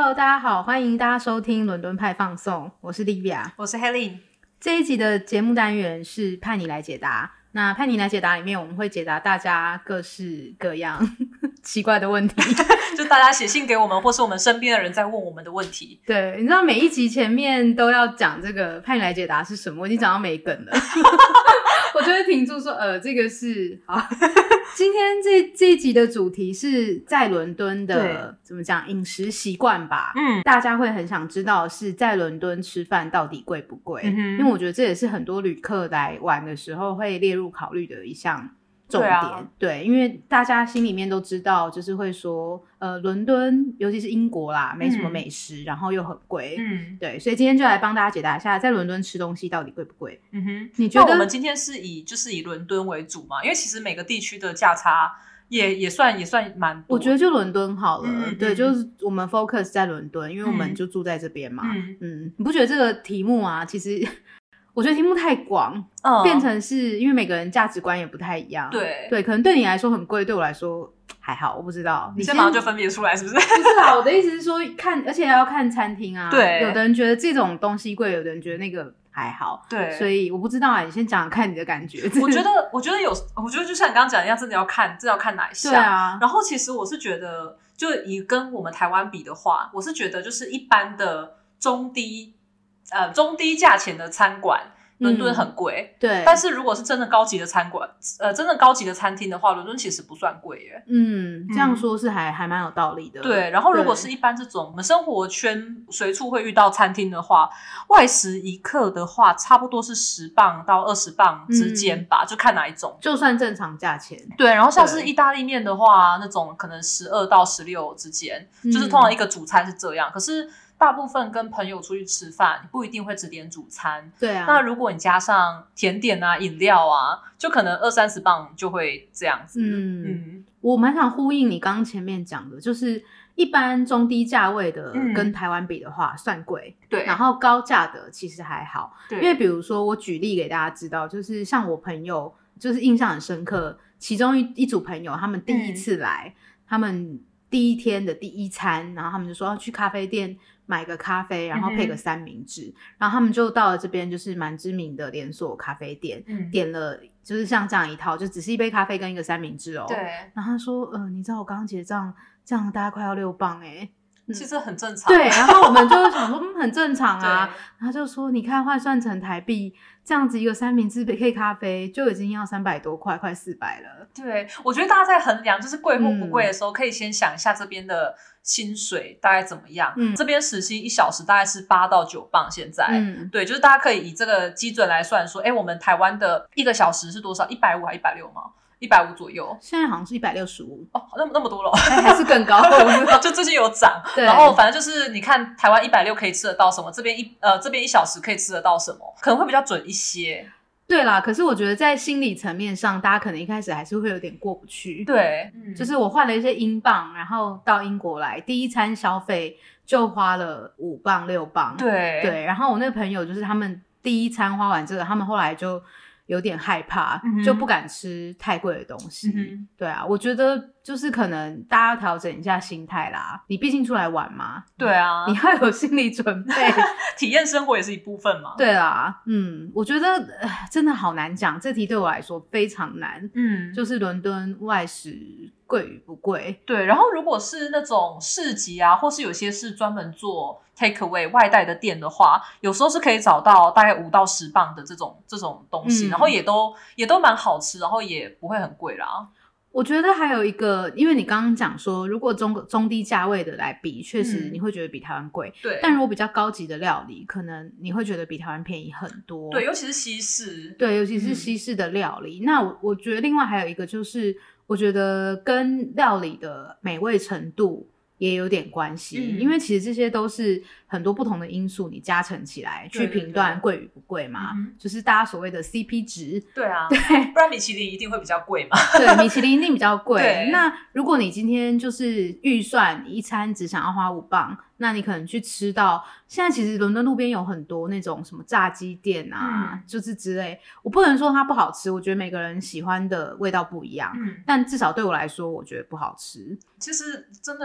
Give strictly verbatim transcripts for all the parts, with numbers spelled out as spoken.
Hello， 大家好，欢迎大家收听伦敦派放送，我是 Livia， 我是 Helen。 这一集的节目单元是派你来解答。那派你来解答里面，我们会解答大家各式各样奇怪的问题， 就大家写信给我们，或是我们身边的人在问我们的问题。 对，你知道每一集前面都要讲这个派你来解答是什么，我已经讲到没梗了。我就会停住说，呃，这个是好。今天这这一集的主题是在伦敦的怎么讲饮食习惯吧。嗯，大家会很想知道的是在伦敦吃饭到底贵不贵、嗯、因为我觉得这也是很多旅客来玩的时候会列入考虑的一项重点。 对,、啊、对，因为大家心里面都知道就是会说呃，伦敦尤其是英国啦没什么美食、嗯、然后又很贵。嗯，对，所以今天就来帮大家解答一下在伦敦吃东西到底贵不贵。嗯哼，你觉得？ 那我们今天是以就是以伦敦为主嘛，因为其实每个地区的价差也也算也算蛮多。 我觉得就伦敦好了。嗯嗯，对，就是我们 focus 在伦敦，因为我们就住在这边嘛。嗯嗯，你不觉得这个题目啊其实我觉得题目太广、嗯、变成是因为每个人价值观也不太一样。对对，可能对你来说很贵，对我来说还好，我不知道。 你先马上就分别出来是不是？不是啊，我的意思是说看，而且还要看餐厅啊。对，有的人觉得这种东西贵，有的人觉得那个还好。对，所以我不知道啊，你先讲讲看你的感觉。 我觉得我觉得有我觉得就像你刚刚讲的一样，真的要看真的要看哪一项。对啊，然后其实我是觉得就以跟我们台湾比的话，我是觉得就是一般的中低呃中低价钱的餐馆伦敦很贵、嗯、对，但是如果是真的高级的餐馆呃，真的高级的餐厅的话，伦敦其实不算贵耶。嗯， 这样说是还、嗯、还蛮有道理的。 对，然后如果是一般这种我们生活圈随处会遇到餐厅的话，外食一客的话差不多是十磅到二十磅之间吧、嗯、就看哪一种， 就算正常价钱。 对，然后像是意大利面的话，那种可能十二到十六之间、嗯、就是通常一个主餐是这样。可是大部分跟朋友出去吃饭，你不一定会只点主餐。对啊，那如果你加上甜点啊、饮料啊，就可能二三十磅就会这样子。嗯嗯，我蛮想呼应你刚刚前面讲的，就是一般中低价位的跟台湾比的话、嗯、算贵，对，然后高价的其实还好。对，因为比如说我举例给大家知道，就是像我朋友，就是印象很深刻，其中 一, 一组朋友他们第一次来、嗯、他们第一天的第一餐，然后他们就说要去咖啡店买个咖啡，然后配个三明治、嗯、然后他们就到了这边就是蛮知名的连锁咖啡店、嗯、点了就是像这样一套，就只是一杯咖啡跟一个三明治哦。对，然后他说呃，你知道我刚刚结账这样大概快要六磅耶、 嗯、其实很正常。 对，然后我们就想说嗯，很正常啊。然后就说你看换算成台币这样子一个三明治配咖啡就已经要三百多块，快四百了。 对，我觉得大家在衡量就是贵或不贵的时候、嗯、可以先想一下这边的薪水大概怎么样。嗯，这边时薪一小时大概是八到九磅现在。嗯，对，就是大家可以以这个基准来算说，哎，我们台湾的一个小时是多少？一百五还一百六吗？一百五左右， 现在好像是一百六十五哦，那么那么多了， 还是更高。 就最近有涨，然后反正就是你看台湾一百六可以吃得到什么，这边一呃这边一小时可以吃得到什么，可能会比较准一些。 对啦，可是我觉得在心理层面上，大家可能一开始还是会有点过不去。对、嗯、就是我换了一些英镑，然后到英国来，第一餐消费就花了五磅六磅。对对，然后我那个朋友就是他们第一餐花完这个，他们后来就有点害怕、嗯、就不敢吃太贵的东西、嗯、对啊，我觉得就是可能大家调整一下心态啦，你毕竟出来玩嘛。对啊，你要有心理准备。 体验生活也是一部分嘛。 对啦，嗯，我觉得、呃、真的好难讲，这题对我来说非常难。嗯，就是伦敦外食贵与不贵。 对，然后如果是那种市集啊，或是有些是专门做 take away 外带的店的话，有时候是可以找到大概五到十磅的这种这种东西、嗯、然后也都也都蛮好吃，然后也不会很贵啦。 我觉得还有一个，因为你刚刚讲说如果中中低价位的来比，确实你会觉得比台湾贵、嗯、对，但如果比较高级的料理可能你会觉得比台湾便宜很多。 对，尤其是西式。 对，尤其是西式的料理、嗯、那 我, 我觉得另外还有一个就是我觉得跟料理的美味程度也有点关系、嗯、因为其实这些都是很多不同的因素你加成起来去评断贵与不贵嘛。对对对，就是大家所谓的 C P 值。 对啊，对，不然米其林一定会比较贵嘛。 对，米其林一定比较贵。那如果你今天就是预算一餐只想要花五磅，那你可能去吃到现在其实伦敦路边有很多那种什么炸鸡店啊、嗯、就是之类，我不能说它不好吃，我觉得每个人喜欢的味道不一样、嗯、但至少对我来说我觉得不好吃。 其实真的是蛮多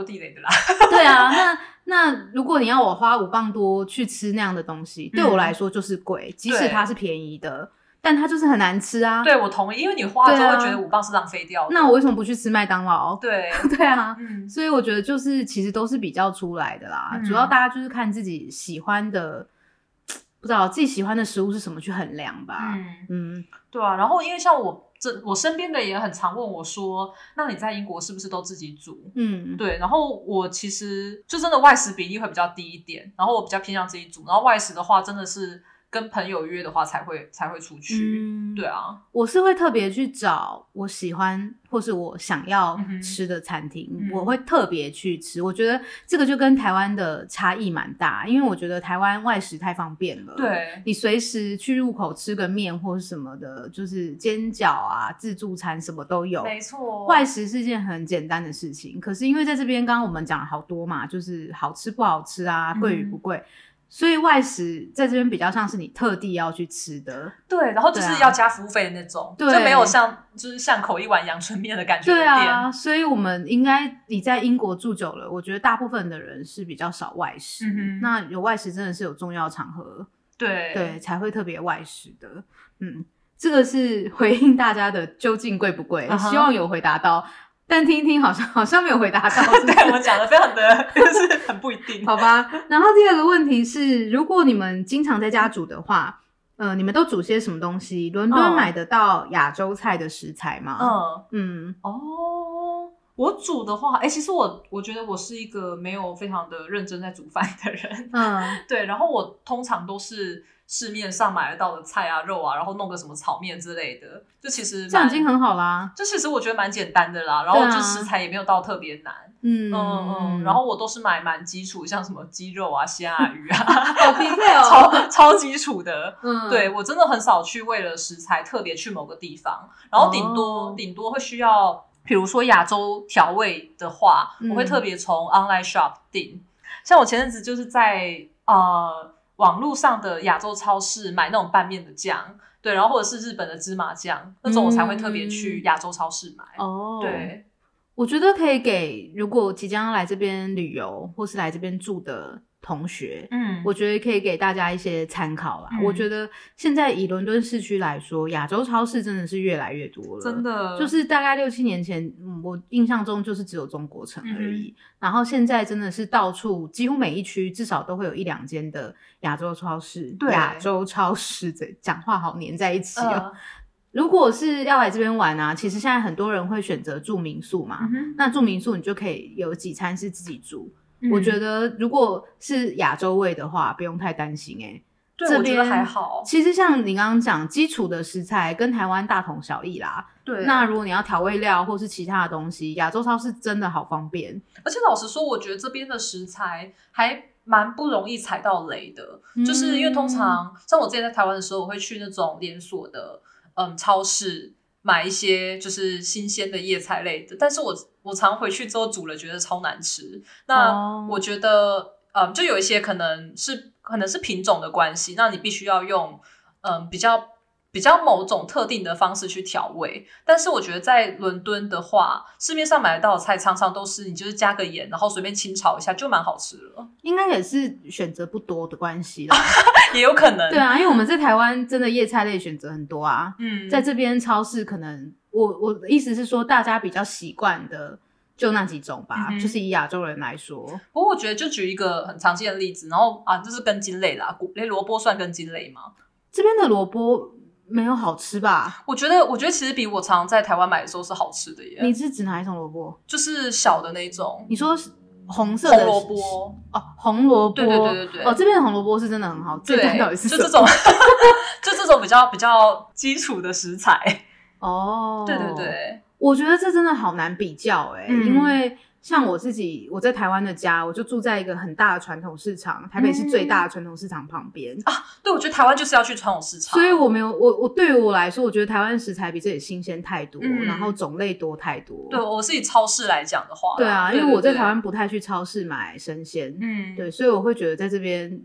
地雷的啦。 对啊，那那如果你要我花五磅多去吃那样的东西，对我来说就是贵，即使它是便宜的。但它就是很难吃啊。 对，我同意，因为你花了之后会觉得五磅是浪费掉的。 那我为什么不去吃麦当劳？ 对对啊、 嗯， 所以我觉得就是其实都是比较出来的啦、嗯、主要大家就是看自己喜欢的，不知道自己喜欢的食物是什么去衡量吧。嗯嗯，对啊。然后因为像我这我身边的也很常问我说，那你在英国是不是都自己煮？嗯，对。然后我其实就真的外食比例会比较低一点，然后我比较偏向自己煮，然后外食的话真的是跟朋友约的话才会才会出去、嗯、对啊， 我是会特别去找我喜欢或是我想要吃的餐厅、嗯、我会特别去吃。我觉得这个就跟台湾的差异蛮大，因为我觉得台湾外食太方便了， 对， 你随时去入口吃个面或是什么的，就是煎饺啊自助餐什么都有， 没错， 外食是件很简单的事情。可是因为在这边刚刚我们讲了好多嘛，就是好吃不好吃啊，贵与不贵、嗯，所以外食在这边比较像是你特地要去吃的， 对，然后就是要加服务费的那种，对，就没有像就是巷口一碗阳春面的感觉的店。 对啊，所以我们应该你在英国住久了，我觉得大部分的人是比较少外食、嗯、那有外食真的是有重要场合， 对对才会特别外食的。嗯，这个是回应大家的究竟贵不贵、uh-huh. 希望有回答到，但听一听好像好像没有回答到是不是对，我们讲的非常的就是很不一定好吧。然后第二个问题是，如果你们经常在家煮的话，呃，你们都煮些什么东西？伦敦买得到亚洲菜的食材吗？ 嗯嗯哦，我煮的话，哎、欸，其实我我觉得我是一个没有非常的认真在煮饭的人，嗯，对，然后我通常都是市面上买得到的菜啊肉啊，然后弄个什么炒面之类的，就其实这样已经很好啦， 就其实我觉得蛮简单的啦，然后就食材也没有到特别难，嗯嗯嗯，然后我都是买蛮基础，像什么鸡肉啊虾啊鱼啊好匹配哦， 超超基础的，嗯，对，我真的很少去为了食材特别去某个地方，然后顶多顶、哦、多会需要比如说亚洲调味的话、嗯、我会特别从 online shop 订，像我前阵子就是在呃网络上的亚洲超市买那种拌面的酱，对，然后或者是日本的芝麻酱，那种我才会特别去亚洲超市买、嗯、哦，对， 我觉得可以给如果即将来这边旅游或是来这边住的同学，嗯，我觉得可以给大家一些参考啦、嗯、我觉得现在以伦敦市区来说，亚洲超市真的是越来越多了， 真的， 就是大概六七年前、嗯、我印象中就是只有中国城而已、嗯、然后现在真的是到处几乎每一区至少都会有一两间的亚洲超市，对，亚洲超市讲话好黏在一起哦、呃如果是要来这边玩啊，其实现在很多人会选择住民宿嘛、嗯、那住民宿你就可以有几餐是自己煮、嗯、我觉得如果是亚洲味的话不用太担心欸， 对，这边我觉得还好， 其实像你刚刚讲基础的食材跟台湾大同小异啦，对，那如果你要调味料或是其他的东西，亚洲超市真的好方便， 而且老实说我觉得这边的食材还蛮不容易踩到雷的、嗯、就是因为通常像我之前在台湾的时候我会去那种连锁的嗯，超市买一些就是新鲜的叶菜类的，但是我我常回去之后煮了觉得超难吃，那我觉得、哦、嗯，就有一些可能是可能是品种的关系，那你必须要用嗯比较比较某种特定的方式去调味，但是我觉得在伦敦的话，市面上买得到的菜常常都是你就是加个盐然后随便清炒一下就蛮好吃了， 应该也是选择不多的关系啦也有可能， 对啊，因为我们在台湾真的叶菜类选择很多啊，嗯，在这边超市可能我我的意思是说大家比较习惯的就那几种吧、嗯、就是以亚洲人来说， 不过我觉得就举一个很常见的例子，然后啊就是根茎类啦，萝卜算根茎类吗？ 这边的萝卜没有好吃吧？ 我觉得我觉得其实比我常在台湾买的时候是好吃的耶。 你是指哪一种萝卜？ 就是小的那种， 你说红色的红萝卜哦，红萝卜， 对对对对对， 哦，这边的红萝卜是真的很好， 对， 到底是就这种就这种比较比较基础的食材哦， 对对对， 我觉得这真的好难比较哎、嗯，因为像我自己，我在台湾的家，我就住在一个很大的传统市场，台北是最大的传统市场旁边、嗯、 啊。对，我觉得台湾就是要去传统市场， 所以我没有我我对于我来说，我觉得台湾食材比这里新鲜太多、嗯，然后种类多太多。 对，我是以超市来讲的话， 对啊， 对对对， 因为我在台湾不太去超市买生鲜，嗯，对，所以我会觉得在这边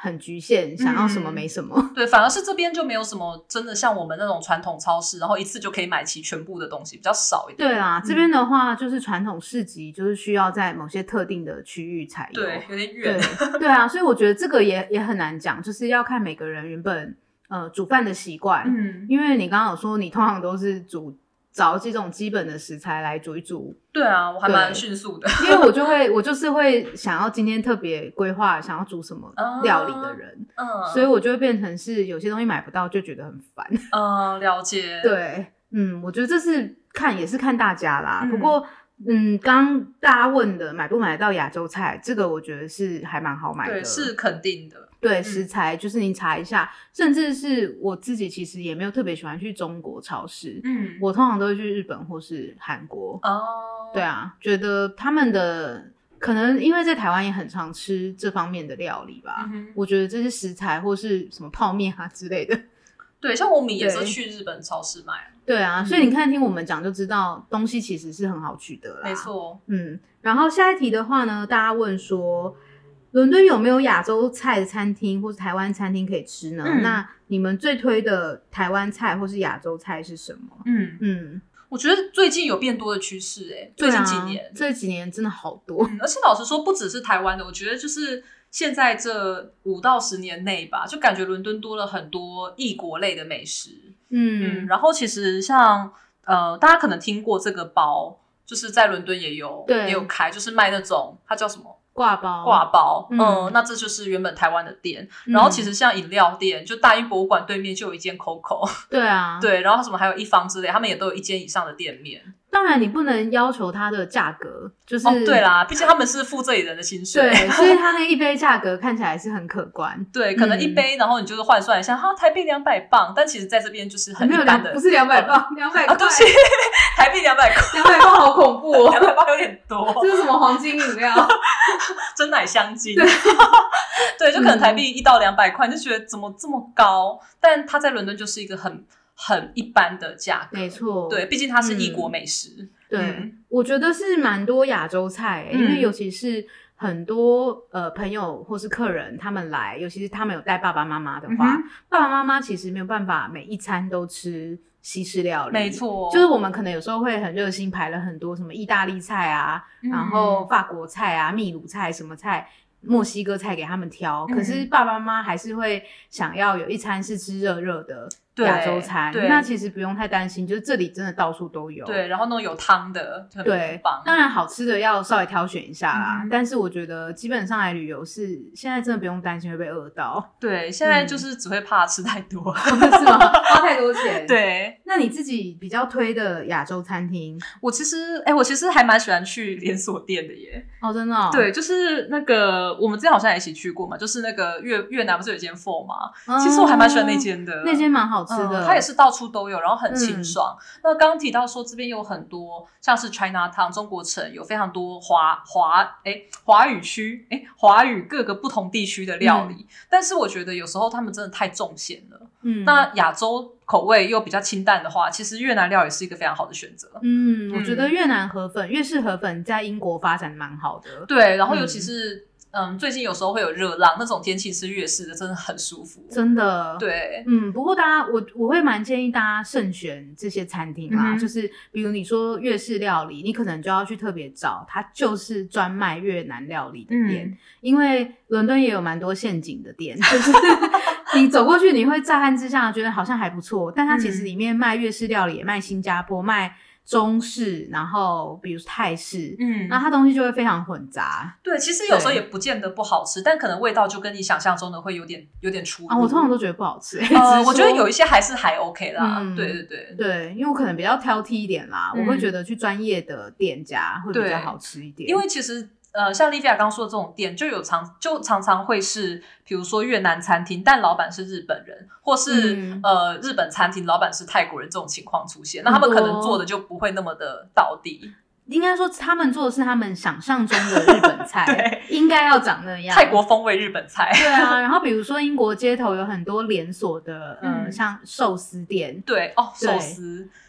很局限，想要什么没什么、嗯、 对，反而是这边就没有什么真的像我们那种传统超市然后一次就可以买齐全部的东西，比较少一点。 对啊、嗯、这边的话就是传统市集就是需要在某些特定的区域才有， 对，有点远。 对, 对啊，所以我觉得这个也也很难讲，就是要看每个人原本呃煮饭的习惯。嗯，因为你刚刚有说你通常都是煮找这种基本的食材来煮一煮。 对啊，我还蛮迅速的， 因为我就会我就是会想要今天特别规划想要煮什么料理的人，嗯，所以我就会变成是有些东西买不到就觉得很烦。 嗯，了解。 对，嗯，我觉得这是看也是看大家啦。嗯、不过，嗯，刚大家问的买不买得到亚洲菜，这个我觉得是还蛮好买的， 对，是肯定的。 对，食材、嗯、就是你查一下，甚至是我自己其实也没有特别喜欢去中国超市，嗯，我通常都会去日本或是韩国。哦，对啊，觉得他们的可能因为在台湾也很常吃这方面的料理吧，嗯、我觉得这些食材或是什么泡面啊之类的。 对，像我们也是去日本超市买。 对啊、嗯，所以你看听我们讲就知道东西其实是很好取得啦。 没错。 嗯，然后下一题的话呢，大家问说伦敦有没有亚洲菜的餐厅或是台湾餐厅可以吃呢、嗯、那你们最推的台湾菜或是亚洲菜是什么？嗯嗯，我觉得最近有变多的趋势耶，最近几年、啊、 这几年真的好多、 嗯、而且老实说不只是台湾的，我觉得就是现在这五到十年内吧，就感觉伦敦多了很多异国类的美食。 嗯, 嗯然后其实像呃，大家可能听过这个包，就是在伦敦也有也有开，就是卖那种它叫什么挂包挂包。 嗯, 嗯，那这就是原本台湾的店、嗯、然后其实像饮料店，就大英博物馆对面就有一间 Coco。 对啊， 对，然后什么还有一方之类，他们也都有一间以上的店面。 当然你不能要求它的价格，就是哦，对啦，毕竟他们是付这里人的薪水。 对，所以它那一杯价格看起来是很可观。 对，可能一杯、嗯、然后你就是换算一下，哈，台币两百磅，但其实在这边就是很一般的， 不是两百磅，两百块， 对不起，台币两百块， 两百磅好恐怖哦， 两百磅有点多。 这是什么黄金饮料？ 真奶香精。对，对，就可能台币一到两百块，你就觉得怎么这么高？但它在伦敦就是一个很很一般的价格。 没错， 对，毕竟它是异国美食。嗯、 对、嗯，我觉得是蛮多亚洲菜、欸嗯，因为尤其是很多呃朋友或是客人他们来，尤其是他们有带爸爸妈妈的话、嗯，爸爸妈妈其实没有办法每一餐都吃西式料理。 没错， 就是我们可能有时候会很热心排了很多什么意大利菜啊、嗯、然后法国菜啊、秘鲁菜什么菜、墨西哥菜给他们挑、嗯、可是爸爸妈妈还是会想要有一餐是吃热热的亚洲餐。那其实不用太担心，就是这里真的到处都有。 对，然后那种有汤的特别棒。 当然好吃的要稍微挑选一下啦、嗯、但是我觉得基本上来旅游是现在真的不用担心会被饿到。 对，现在就是只会怕吃太多、 嗯、是吗？花太多钱。 对， 那你自己比较推的亚洲餐厅？ 我其实哎、欸，我其实还蛮喜欢去连锁店的耶。 哦，真的、哦？ 对，就是那个我们之前好像也一起去过嘛，就是那个越越南不是有一间 Pho 吗、嗯、其实我还蛮喜欢那间的， 那间蛮好吃的、 嗯、它也是到处都有，然后很清爽、嗯、那刚刚提到说这边有很多像是 Chinatown 中国城，有非常多华华诶华语区诶华语各个不同地区的料理、嗯、但是我觉得有时候他们真的太重咸了。嗯，那亚洲口味又比较清淡的话，其实越南料也是一个非常好的选择。嗯， 我觉得越南河粉、越式河粉在英国发展蛮好的。 对，然后尤其是嗯, 嗯，最近有时候会有热浪，那种天气吃越式的真的很舒服， 真的。 对， 嗯，不过大家我我会蛮建议大家慎选这些餐厅啦、嗯，就是比如你说越式料理，你可能就要去特别找它就是专卖越南料理的店、嗯，因为伦敦也有蛮多陷阱的店，就是你走过去你会乍看之下觉得好像还不错，但它其实里面卖越式料理，也卖新加坡，卖中式，然后比如泰式，嗯，那它东西就会非常混杂。 对，其实有时候也不见得不好吃，但可能味道就跟你想象中的会有点有点出入啊。我通常都觉得不好吃、 欸，呃，我觉得有一些还是还 OK 啦。嗯，对对对对，因为我可能比较挑剔一点啦，嗯、我会觉得去专业的店家会比较好吃一点。 因为其实呃，像 Livia 刚说的这种店，就有常就常常会是，比如说越南餐厅，但老板是日本人，或是、嗯、呃日本餐厅老板是泰国人这种情况出现，那他们可能做的就不会那么的道地。 应该说他们做的是他们想象中的日本菜，对，应该要长那样， 泰国风味日本菜。 对啊，然后比如说英国街头有很多连锁的呃、嗯，像寿司店， 对哦，寿司。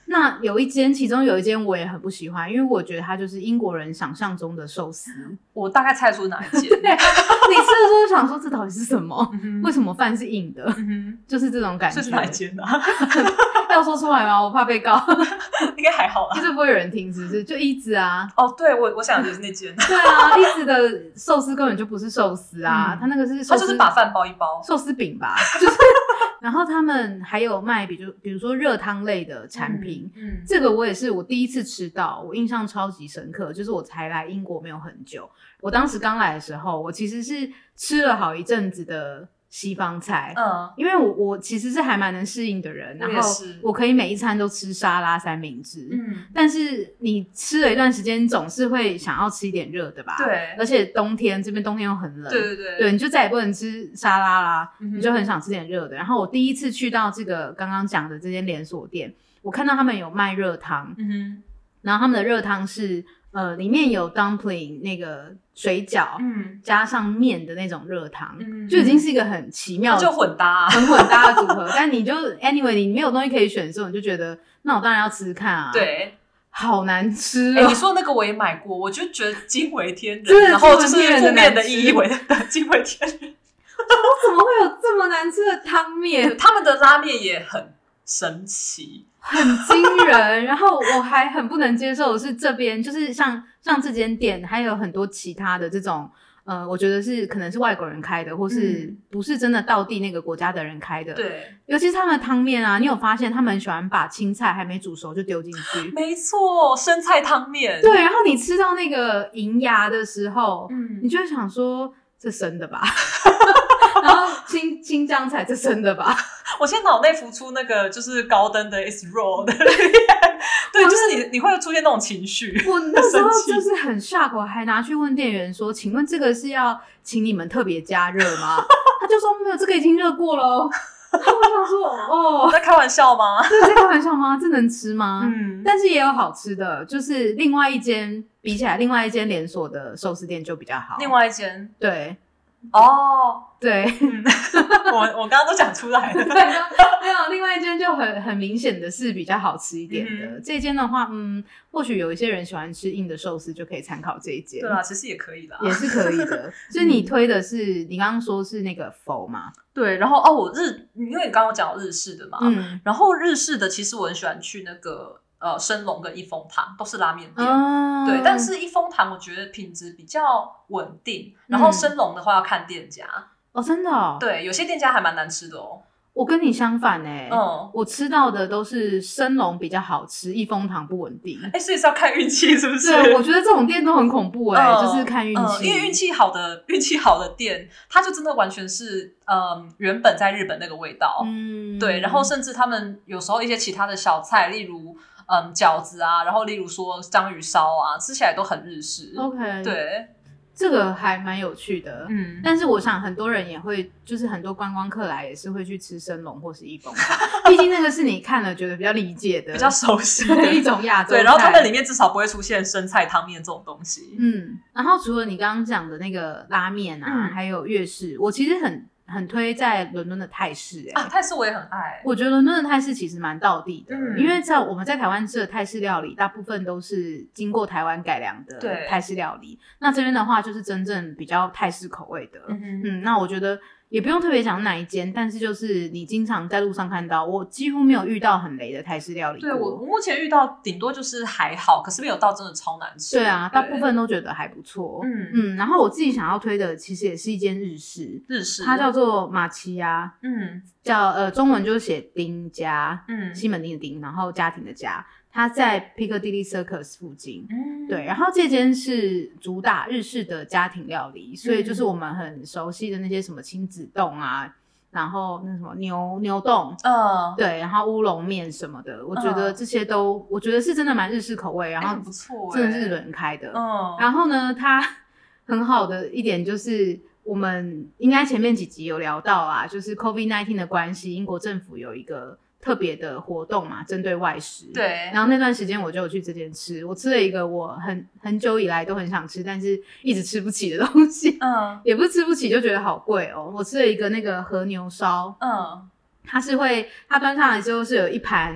那有一间，其中有一间我也很不喜欢，因为我觉得它就是英国人想象中的寿司。 我大概猜出哪一间。 对啊，你吃的时候就想说这到底是什么？ 嗯、 为什么饭是硬的？ 嗯、 就是这种感觉。 这是哪一间啊？ 要说出来吗？我怕被告。 应该还好啦， 其实不会有人听，是不是？就一子啊。 哦，对，我我想也是那间。 对啊，一子的寿司根本就不是寿司啊，嗯、它那个是寿司， 它就是把饭包一包， 寿司饼吧，就是。然后他们还有卖比如比如说热汤类的产品，嗯嗯、这个我也是我第一次吃到，我印象超级深刻。就是我才来英国没有很久，我当时刚来的时候，我其实是吃了好一阵子的西方菜，嗯，因为我我其实是还蛮能适应的人，然后我可以每一餐都吃沙拉三明治，嗯，但是你吃了一段时间，总是会想要吃一点热的吧？ 对， 而且冬天这边冬天又很冷， 对对对， 对，你就再也不能吃沙拉啦，嗯、你就很想吃点热的。然后我第一次去到这个刚刚讲的这间连锁店，我看到他们有卖热汤，嗯哼，然后他们的热汤是呃里面有 dumpling 那个水饺，嗯，加上面的那种热汤，嗯，就已经是一个很奇妙的， 就混搭、啊， 很混搭的组合。但你就 anyway 你没有东西可以选的时候，你就觉得那我当然要吃吃看啊。 对， 好难吃哦。 欸、你说那个我也买过，我就觉得惊为天人，然后就是负面的意义为的惊为天人。 我怎么会有这么难吃的汤面？ 他们的拉面也很神奇。 很惊人，然后我还很不能接受的是这边就是像像这间店还有很多其他的这种呃，我觉得是可能是外国人开的，或是不是真的道地那个国家的人开的。 对， 尤其是他们的汤面啊，你有发现他们很喜欢把青菜还没煮熟就丢进去。 没错，生菜汤面。 对，然后你吃到那个银芽的时候，嗯，你就会想说这生的吧。然后青青江菜这生的吧。 我现在脑内浮出那个就是高登的 It's Raw 的对，就是你你会出现那种情绪。 我那时候就是很 shock， 我还拿去问店员说请问这个是要请你们特别加热吗？他就说没有，这个已经热过了。然后我想说哦， 在开玩笑吗？ 这在开玩笑吗？这能吃吗？嗯，但是也有好吃的，就是另外一间比起来另外一间连锁的寿司店就比较好。 另外一间对哦， 对， 嗯、我我刚刚都讲出来了。 对，没有，另外一间就很很明显的是比较好吃一点的。嗯、这间的话，嗯，或许有一些人喜欢吃硬的寿司，就可以参考这一间。 对啊，其实也可以的， 也是可以的。所以你推的是，你刚刚说是那个佛嘛？ 对，然后哦，我日，因为你刚刚讲日式的嘛，嗯，然后日式的其实我很喜欢去那个。呃，生龙跟一风堂都是拉面店，哦、对，但是一风堂我觉得品质比较稳定，然后生龙的话要看店家。 哦，真的哦？ 对，有些店家还蛮难吃的哦。 我跟你相反欸，嗯，我吃到的都是生龙比较好吃，一风堂不稳定。 哎、欸，所以是要看运气是不是？ 对，我觉得这种店都很恐怖哎、欸嗯，就是看运气、 嗯。因为运气好的运气好的店，它就真的完全是嗯原本在日本那个味道，嗯，对，然后甚至他们有时候一些其他的小菜，例如。嗯，饺子啊，然后例如说章鱼烧啊，吃起来都很日式。 OK， 对， 这个还蛮有趣的。嗯，但是我想很多人也会，就是很多观光客来也是会去吃生龙或是一风堂，毕竟那个是你看了觉得比较理解的、 比较熟悉的一种亚洲菜。 对，然后他们里面至少不会出现生菜汤面这种东西。 嗯，然后除了你刚刚讲的那个拉面啊，嗯、还有粤式，我其实很。很推在伦敦的泰式、欸、 啊，泰式我也很爱。 我觉得伦敦的泰式其实蛮道地的、嗯、因为在我们在台湾吃的泰式料理大部分都是经过台湾改良的泰式料理，那这边的话就是真正比较泰式口味的。 嗯, 嗯那我觉得也不用特别讲哪一间，但是就是你经常在路上看到，我几乎没有遇到很雷的泰式料理过。 对，我目前遇到顶多就是还好，可是没有到真的超难吃。 对啊，大部分都觉得还不错。嗯嗯，然后我自己想要推的其实也是一间日式， 日式它叫做马奇亚，嗯，叫呃中文就是写丁家，嗯，西门町的丁，然后家庭的家。它在 Piccadilly Circus 附近、嗯、对，然后这间是主打日式的家庭料理，所以就是我们很熟悉的那些什么亲子冻啊，然后那什么牛牛冻，嗯，对，然后乌龙面什么的，我觉得这些都、嗯、我觉得是真的蛮日式口味，然后不错， 真的是日本人开的。嗯，然后呢它很好的一点就是我们应该前面几集有聊到啊，就是 COVID 十九 的关系，英国政府有一个特别的活动嘛，针对外食。 对， 然后那段时间我就有去这间吃，我吃了一个我很很久以来都很想吃但是一直吃不起的东西。嗯，也不是吃不起，就觉得好贵哦。我吃了一个那个和牛烧，嗯，它是会它端上来之后是有一盘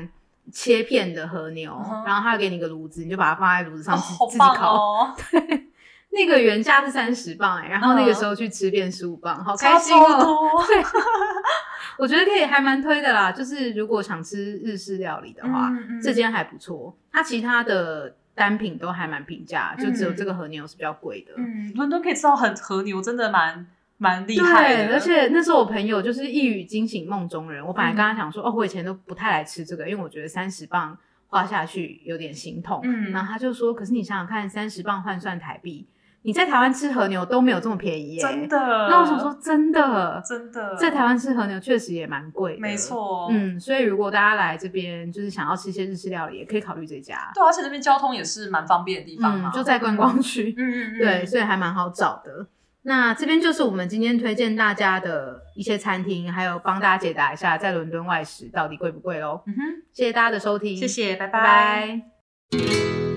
切片的和牛，嗯、然后他给你一个炉子，你就把它放在炉子上、 哦、 自己烤。 哦、 对，那个原价是三十磅哎、欸，然后那个时候去吃变十五磅，好开心哦！对，我觉得可以，还蛮推的啦。就是如果想吃日式料理的话，嗯嗯、这间还不错。它其他的单品都还蛮平价，就只有这个和牛是比较贵的。 嗯，伦敦可以吃到很和牛，真的蛮蛮厉害的。 对，而且那时候我朋友就是一语惊醒梦中人。我本来跟他讲说，嗯、哦，我以前都不太来吃这个，因为我觉得三十磅花下去有点心痛。嗯，然后他就说，可是你想想看，三十磅换算台币。你在台湾吃和牛都没有这么便宜耶、欸， 真的。 那我想说，真的， 真的， 在台湾吃和牛确实也蛮贵的， 没错。 嗯，所以如果大家来这边就是想要吃一些日式料理，也可以考虑这家。 对，而且这边交通也是蛮方便的地方嘛， 嗯，就在观光区， 嗯嗯嗯， 对，所以还蛮好找的。那这边就是我们今天推荐大家的一些餐厅，还有帮大家解答一下在伦敦外食到底贵不贵咯。 嗯哼， 谢谢大家的收听， 谢谢，拜拜。 拜拜。